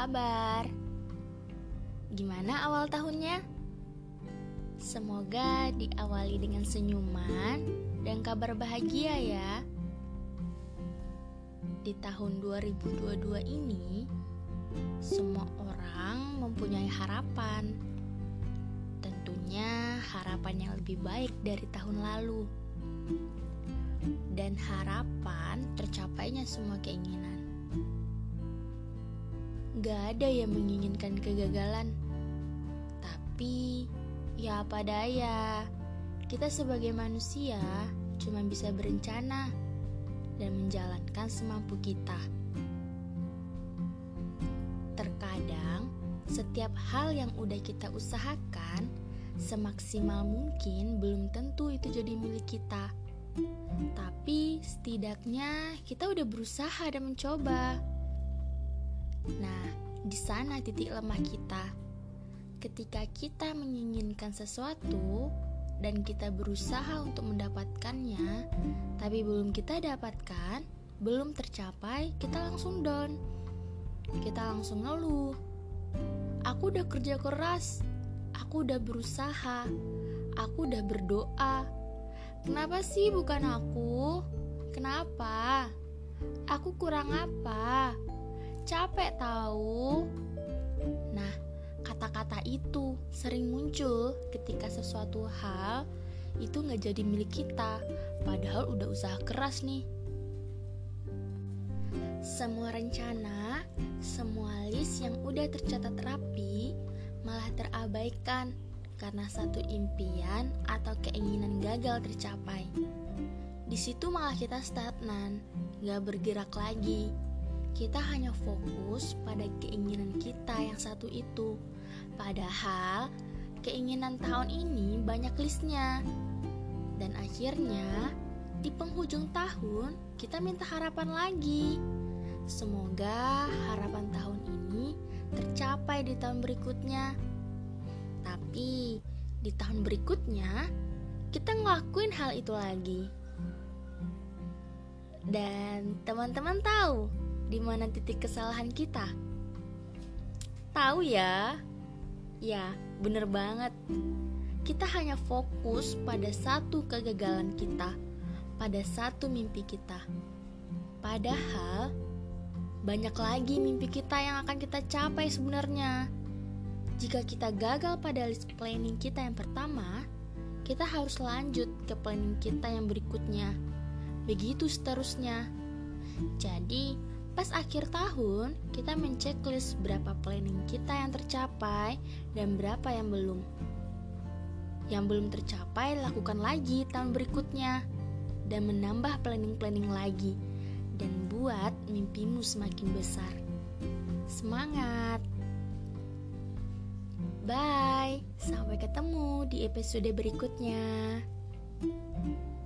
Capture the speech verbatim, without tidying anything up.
kabar? Gimana awal tahunnya? Semoga diawali dengan senyuman dan kabar bahagia ya. Di tahun dua ribu dua puluh dua ini, semua orang mempunyai harapan. Tentunya harapan yang lebih baik dari tahun lalu. Dan harapan tercapainya semua keinginan. Gak ada yang menginginkan kegagalan. Tapi ya apa daya, kita sebagai manusia cuma bisa berencana dan menjalankan semampu kita. Terkadang setiap hal yang udah kita usahakan semaksimal mungkin belum tentu itu jadi milik kita. Tapi setidaknya kita udah berusaha dan mencoba. Nah, di sana titik lemah kita. Ketika kita menginginkan sesuatu dan kita berusaha untuk mendapatkannya, tapi belum kita dapatkan, belum tercapai, kita langsung down. Kita langsung ngeluh. Aku udah kerja keras, aku udah berusaha, aku udah berdoa. Kenapa sih bukan aku? Kenapa? Aku kurang apa? Capek tahu. Nah, kata-kata itu sering muncul ketika sesuatu hal itu gak jadi milik kita, padahal udah usaha keras nih. Semua rencana, semua list yang udah tercatat rapi malah terabaikan karena satu impian atau keinginan gagal tercapai. Di situ malah kita stagnan, gak bergerak lagi. Kita hanya fokus pada keinginan kita yang satu itu. Padahal keinginan tahun ini banyak listnya. Dan akhirnya di penghujung tahun kita minta harapan lagi. Semoga harapan tahun ini tercapai di tahun berikutnya. Tapi di tahun berikutnya kita ngelakuin hal itu lagi. Dan teman-teman tahu di mana titik kesalahan kita? Tahu ya? Ya, bener banget. Kita hanya fokus pada satu kegagalan kita, pada satu mimpi kita. Padahal banyak lagi mimpi kita yang akan kita capai sebenarnya. Jika kita gagal pada list planning kita yang pertama, kita harus lanjut ke planning kita yang berikutnya. Begitu seterusnya. Jadi, pas akhir tahun, kita menceklis berapa planning kita yang tercapai dan berapa yang belum. Yang belum tercapai, lakukan lagi tahun berikutnya dan menambah planning-planning lagi dan buat mimpimu semakin besar. Semangat! Bye! Sampai ketemu di episode berikutnya.